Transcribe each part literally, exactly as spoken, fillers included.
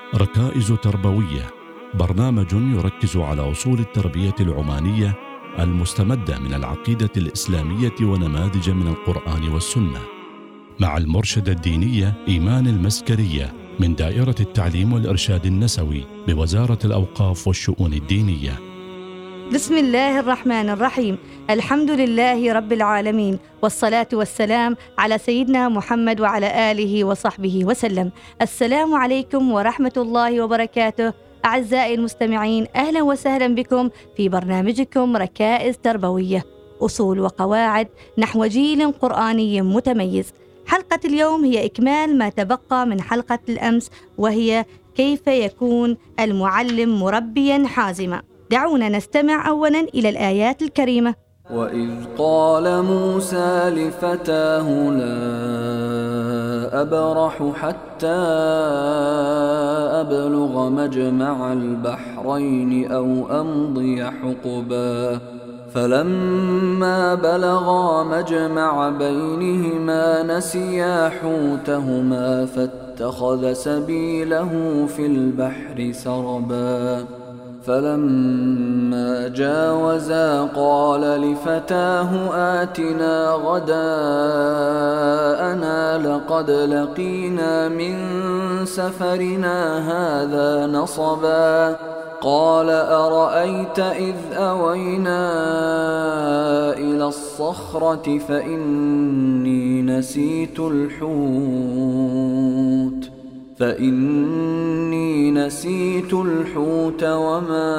ركائز تربوية، برنامج يركز على أصول التربية العمانية المستمدة من العقيدة الإسلامية ونماذج من القرآن والسنة، مع المرشدة الدينية إيمان المسكرية من دائرة التعليم والإرشاد النسوي بوزارة الأوقاف والشؤون الدينية. بسم الله الرحمن الرحيم. الحمد لله رب العالمين، والصلاة والسلام على سيدنا محمد وعلى آله وصحبه وسلم. السلام عليكم ورحمة الله وبركاته. أعزائي المستمعين، أهلا وسهلا بكم في برنامجكم ركائز تربوية، أصول وقواعد نحو جيل قرآني متميز. حلقة اليوم هي إكمال ما تبقى من حلقة الأمس، وهي كيف يكون المعلم مربيا حازما. دعونا نستمع أولا إلى الآيات الكريمة. وإذ قال موسى لفتاه لا أبرح حتى أبلغ مجمع البحرين أو أمضي حقبا فلما بلغا مجمع بينهما نسيا حوتهما فاتخذ سبيله في البحر سربا فلما جاوزا قال لفتاه آتنا غداءنا لقد لقينا من سفرنا هذا نصبا قال أرأيت إذ أوينا إلى الصخرة فإني نسيت الحوت فإني نسيت الحوت وما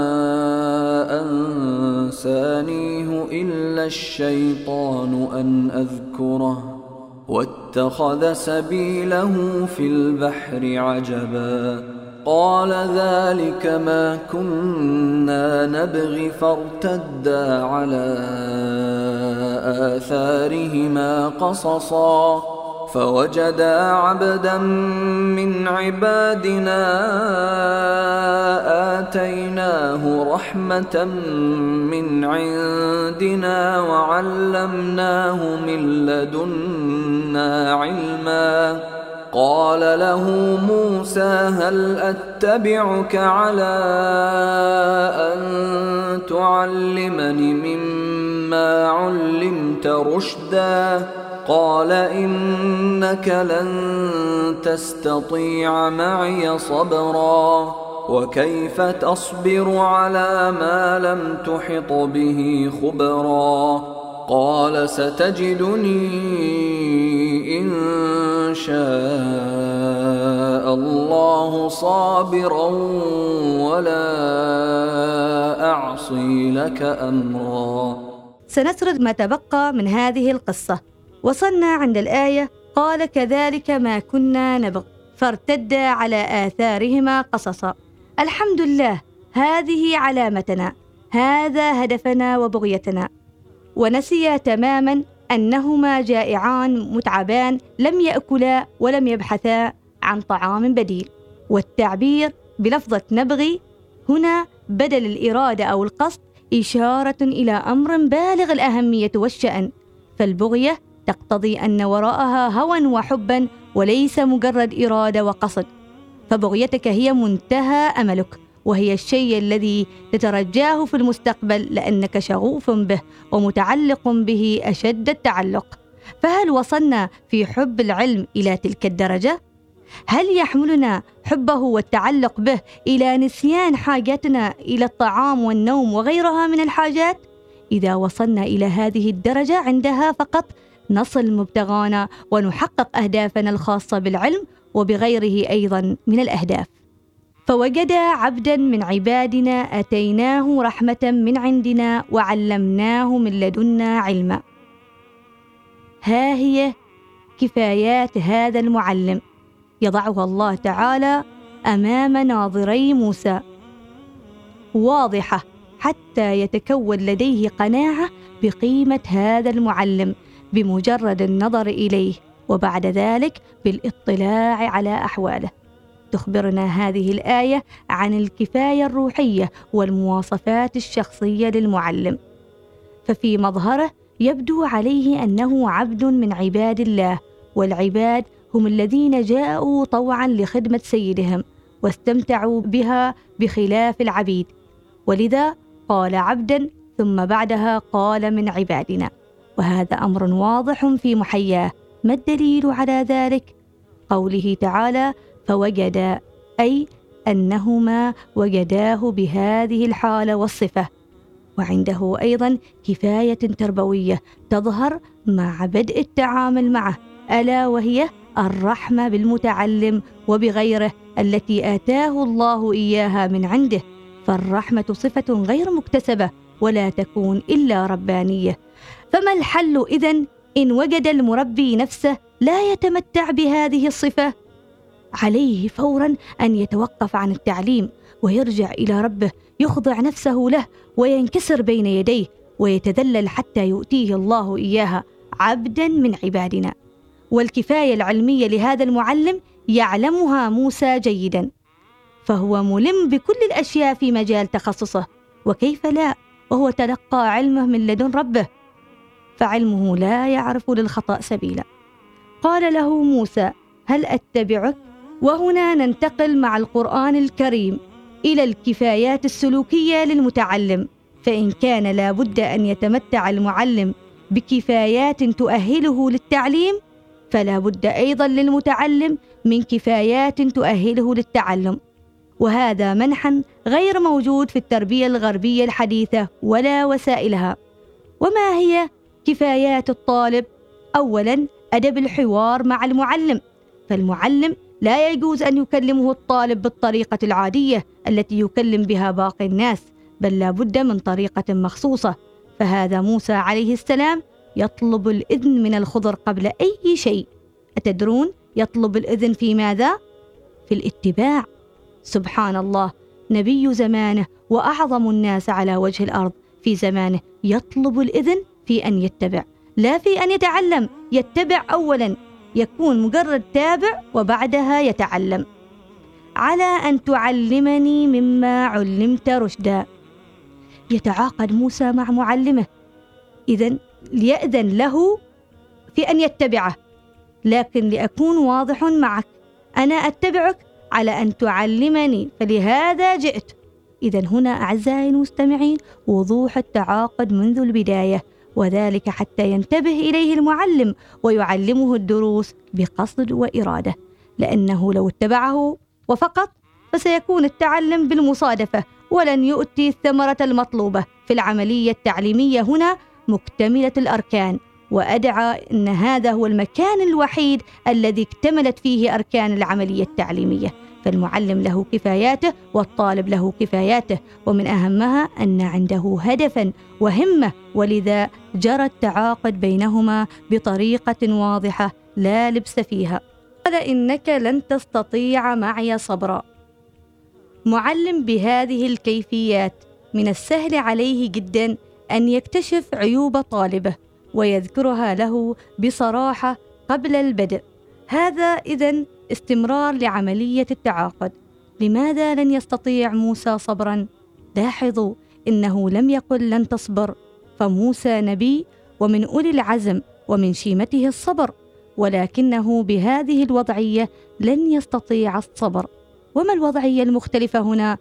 أنسانيه إلا الشيطان أن أذكره واتخذ سبيله في البحر عجبا قال ذلك ما كنا نبغي فارتدا على آثارهما قصصا فوجدا عبدا من عبادنا آتيناه رحمة من عندنا وعلمناه من لدنا علما قال له موسى هل أتبعك على أن تعلمني مما علمت رشدا قال إنك لن تستطيع معي صبرا وكيف تصبر على ما لم تحط به خبرا قال ستجدني إن شاء الله صابرا ولا أعصي لك أمرا. سنسرد ما تبقى من هذه القصة. وصلنا عند الآية قال كذلك ما كنا نبغ فارتدا على آثارهما قصصا. الحمد لله، هذه علامتنا، هذا هدفنا وبغيتنا. ونسي تماما أنهما جائعان متعبان لم يأكلا ولم يبحثا عن طعام بديل. والتعبير بلفظة نبغي هنا بدل الإرادة أو القصد إشارة إلى أمر بالغ الأهمية والشأن، فالبغية تقتضي أن وراءها هوى وحبا وليس مجرد إرادة وقصد. فبغيتك هي منتهى أملك، وهي الشيء الذي تترجاه في المستقبل لأنك شغوف به ومتعلق به أشد التعلق. فهل وصلنا في حب العلم إلى تلك الدرجة؟ هل يحملنا حبه والتعلق به إلى نسيان حاجاتنا إلى الطعام والنوم وغيرها من الحاجات؟ إذا وصلنا إلى هذه الدرجة عندها فقط نصل مبتغانا ونحقق أهدافنا الخاصة بالعلم وبغيره أيضا من الأهداف. فوجد عبدا من عبادنا أتيناه رحمة من عندنا وعلمناه من لدنا علما. ها هي كفايات هذا المعلم يضعها الله تعالى أمام ناظري موسى، واضحة حتى يتكون لديه قناعة بقيمة هذا المعلم بمجرد النظر إليه، وبعد ذلك بالاطلاع على أحواله. تخبرنا هذه الآية عن الكفاية الروحية والمواصفات الشخصية للمعلم. ففي مظهره يبدو عليه أنه عبد من عباد الله، والعباد هم الذين جاءوا طوعا لخدمة سيدهم، واستمتعوا بها بخلاف العبيد، ولذا قال عبدا ثم بعدها قال من عبادنا، وهذا أمر واضح في محياه. ما الدليل على ذلك؟ قوله تعالى فوجدا، أي أنهما وجداه بهذه الحالة والصفة. وعنده أيضا كفاية تربوية تظهر مع بدء التعامل معه، ألا وهي الرحمة بالمتعلم وبغيره التي آتاه الله إياها من عنده، فالرحمة صفة غير مكتسبة ولا تكون إلا ربانية. فما الحل إذن إن وجد المربي نفسه لا يتمتع بهذه الصفة؟ عليه فورا أن يتوقف عن التعليم ويرجع إلى ربه، يخضع نفسه له وينكسر بين يديه ويتذلل حتى يؤتيه الله إياها، عبدا من عبادنا. والكفاية العلمية لهذا المعلم يعلمها موسى جيدا، فهو ملم بكل الأشياء في مجال تخصصه، وكيف لا وهو تلقى علمه من لدن ربه، فعلمه لا يعرف للخطأ سبيلا. قال له موسى هل أتبعك؟ وهنا ننتقل مع القرآن الكريم إلى الكفايات السلوكية للمتعلم، فإن كان لا بد أن يتمتع المعلم بكفايات تؤهله للتعليم، فلا بد أيضا للمتعلم من كفايات تؤهله للتعلم، وهذا منحا غير موجود في التربية الغربية الحديثة ولا وسائلها. وما هي كفايات الطالب؟ أولا أدب الحوار مع المعلم، فالمعلم لا يجوز أن يكلمه الطالب بالطريقة العادية التي يكلم بها باقي الناس، بل لا بد من طريقة مخصوصة. فهذا موسى عليه السلام يطلب الإذن من الخضر قبل أي شيء. أتدرون يطلب الإذن في ماذا؟ في الاتباع. سبحان الله، نبي زمانه وأعظم الناس على وجه الأرض في زمانه يطلب الإذن في أن يتبع، لا في أن يتعلم. يتبع أولا، يكون مجرد تابع وبعدها يتعلم. على أن تعلمني مما علمت رشدا. يتعاقد موسى مع معلمه، إذن ليأذن له في أن يتبعه، لكن لأكون واضح معك، أنا أتبعك على أن تعلمني، فلهذا جئت. إذن هنا أعزائي المستمعين وضوح التعاقد منذ البداية، وذلك حتى ينتبه إليه المعلم ويعلمه الدروس بقصد وإرادة، لأنه لو اتبعه وفقط فسيكون التعلم بالمصادفة ولن يؤتي الثمرة المطلوبة. في العملية التعليمية هنا مكتملة الأركان، وأدعى أن هذا هو المكان الوحيد الذي اكتملت فيه أركان العملية التعليمية. فالمعلم له كفاياته والطالب له كفاياته، ومن أهمها أن عنده هدفا وهمة، ولذا جرى التعاقد بينهما بطريقة واضحة لا لبس فيها. قال إنك لن تستطيع معي صبرا. معلم بهذه الكيفيات من السهل عليه جدا أن يكتشف عيوب طالبه ويذكرها له بصراحة قبل البدء. هذا إذن استمرار لعملية التعاقد. لماذا لن يستطيع موسى صبرا؟ لاحظوا إنه لم يقل لن تصبر، فموسى نبي ومن أولي العزم ومن شيمته الصبر، ولكنه بهذه الوضعية لن يستطيع الصبر. وما الوضعية المختلفة هنا؟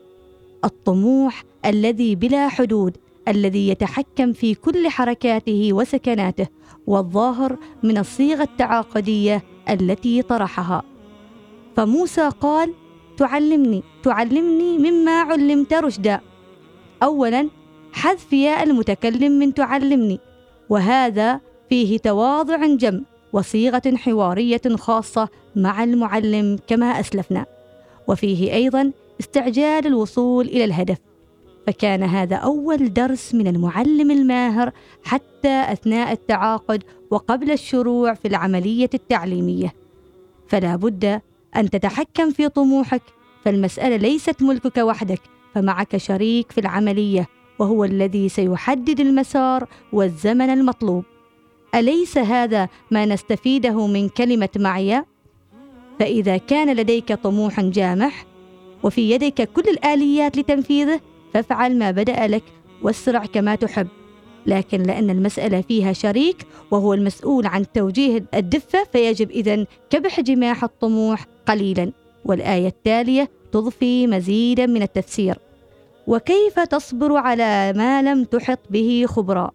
الطموح الذي بلا حدود، الذي يتحكم في كل حركاته وسكناته، والظاهر من الصيغة التعاقدية التي طرحها. فموسى قال تعلمني تعلمني مما علمت رشدا. أولا حذف ياء المتكلم من تعلمني، وهذا فيه تواضع جم وصيغة حوارية خاصة مع المعلم كما أسلفنا، وفيه أيضا استعجال الوصول إلى الهدف، فكان هذا أول درس من المعلم الماهر حتى أثناء التعاقد وقبل الشروع في العملية التعليمية. فلا بد أن تتحكم في طموحك، فالمسألة ليست ملكك وحدك، فمعك شريك في العملية وهو الذي سيحدد المسار والزمن المطلوب. أليس هذا ما نستفيده من كلمة معي؟ فإذا كان لديك طموح جامح وفي يديك كل الآليات لتنفيذه، فافعل ما بدأ لك واسرع كما تحب. لكن لأن المسألة فيها شريك وهو المسؤول عن توجيه الدفة، فيجب إذن كبح جماح الطموح قليلا. والآية التالية تضفي مزيدا من التفسير: وكيف تصبر على ما لم تحط به خبرا.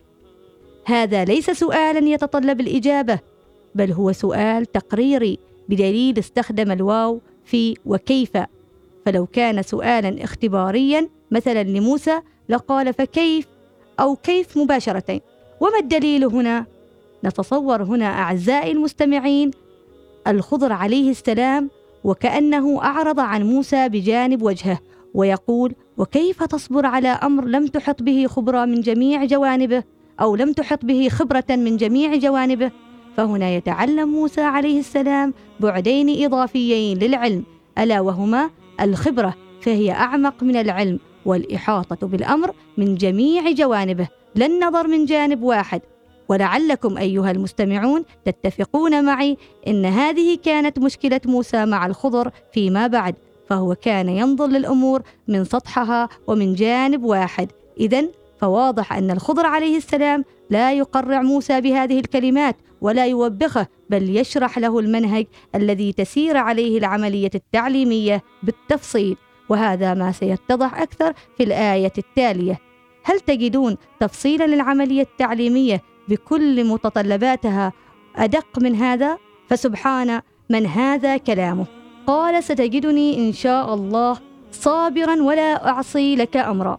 هذا ليس سؤالا يتطلب الإجابة، بل هو سؤال تقريري بدليل استخدم الواو في وكيف. فلو كان سؤالا اختباريا مثلا لموسى لقال فكيف أو كيف مباشرة. وما الدليل هنا؟ نتصور هنا أعزائي المستمعين الخضر عليه السلام وكأنه أعرض عن موسى بجانب وجهه ويقول: وكيف تصبر على أمر لم تحط به خبرة من جميع جوانبه، أو لم تحط به خبرة من جميع جوانبه. فهنا يتعلم موسى عليه السلام بعدين إضافيين للعلم، ألا وهما الخبرة، فهي أعمق من العلم، والإحاطة بالأمر من جميع جوانبه، لا النظر من جانب واحد. ولعلكم أيها المستمعون تتفقون معي إن هذه كانت مشكلة موسى مع الخضر فيما بعد، فهو كان ينظر للأمور من سطحها ومن جانب واحد. إذن فواضح أن الخضر عليه السلام لا يقرع موسى بهذه الكلمات ولا يوبخه، بل يشرح له المنهج الذي تسير عليه العملية التعليمية بالتفصيل، وهذا ما سيتضح أكثر في الآية التالية. هل تجدون تفصيلا للعملية التعليمية بكل متطلباتها أدق من هذا؟ فسبحان من هذا كلامه. قال: ستجدني إن شاء الله صابرا ولا أعصي لك أمرا.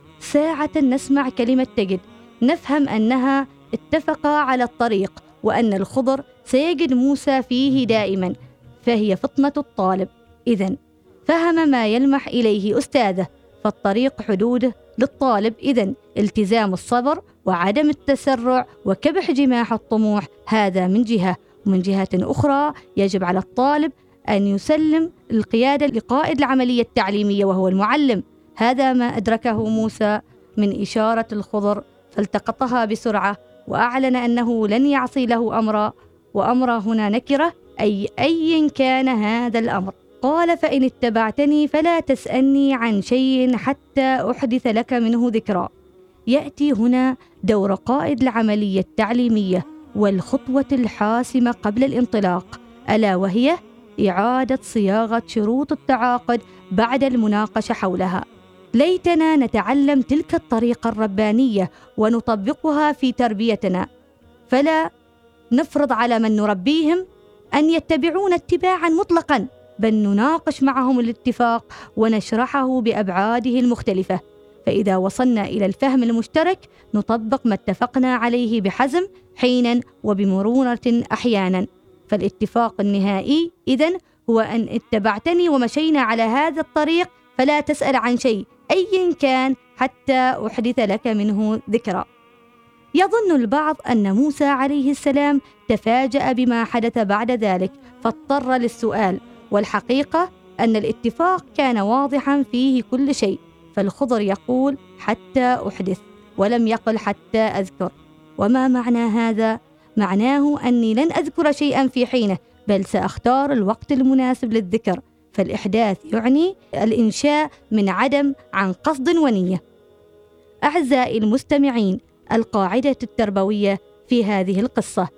ساعة نسمع كلمة تجد نفهم أنها اتفقا على الطريق، وأن الخضر سيجد موسى فيه دائما، فهي فطنة الطالب. إذن فهم ما يلمح إليه أستاذه، فالطريق حدوده للطالب إذن التزام الصبر وعدم التسرع وكبح جماح الطموح، هذا من جهة. ومن جهة أخرى يجب على الطالب أن يسلم القيادة لقائد العملية التعليمية وهو المعلم. هذا ما أدركه موسى من إشارة الخضر، فالتقطها بسرعة وأعلن أنه لن يعصي له أمرا، وأمر هنا نكرة، أي أي كان هذا الأمر. قال: فإن اتبعتني فلا تسألني عن شيء حتى أحدث لك منه ذكرا. يأتي هنا دور قائد العملية التعليمية والخطوة الحاسمة قبل الانطلاق، ألا وهي إعادة صياغة شروط التعاقد بعد المناقشة حولها. ليتنا نتعلم تلك الطريقة الربانية ونطبقها في تربيتنا، فلا نفرض على من نربيهم أن يتبعون اتباعا مطلقا، بل نناقش معهم الاتفاق ونشرحه بأبعاده المختلفة. فإذا وصلنا إلى الفهم المشترك نطبق ما اتفقنا عليه بحزم حينا وبمرونة أحيانا. فالاتفاق النهائي إذن هو أن اتبعتني ومشينا على هذا الطريق فلا تسأل عن شيء أي كان حتى أحدث لك منه ذكرى. يظن البعض أن موسى عليه السلام تفاجأ بما حدث بعد ذلك فاضطر للسؤال، والحقيقة أن الاتفاق كان واضحا فيه كل شيء. فالخضر يقول حتى أحدث ولم يقل حتى أذكر. وما معنى هذا؟ معناه أني لن أذكر شيئا في حينه، بل سأختار الوقت المناسب للذكر. فالإحداث يعني الإنشاء من عدم عن قصد ونية. أعزائي المستمعين، القاعدة التربوية في هذه القصة: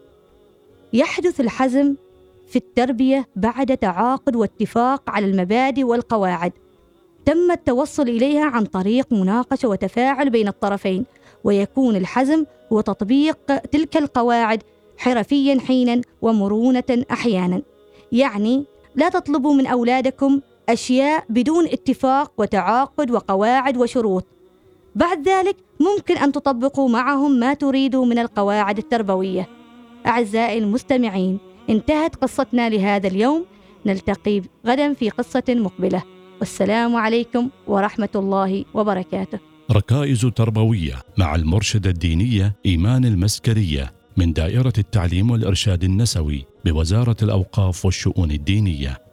يحدث الحزم في التربية بعد تعاقد واتفاق على المبادئ والقواعد تم التوصل إليها عن طريق مناقشة وتفاعل بين الطرفين، ويكون الحزم هو تطبيق تلك القواعد حرفيا حينا ومرونة أحيانا. يعني لا تطلبوا من أولادكم أشياء بدون اتفاق وتعاقد وقواعد وشروط، بعد ذلك ممكن أن تطبقوا معهم ما تريدوا من القواعد التربوية. أعزائي المستمعين، انتهت قصتنا لهذا اليوم، نلتقي غدا في قصة مقبلة، والسلام عليكم ورحمة الله وبركاته. ركائز تربوية مع المرشدة الدينية إيمان المسكرية من دائرة التعليم والإرشاد النسوي بوزارة الأوقاف والشؤون الدينية.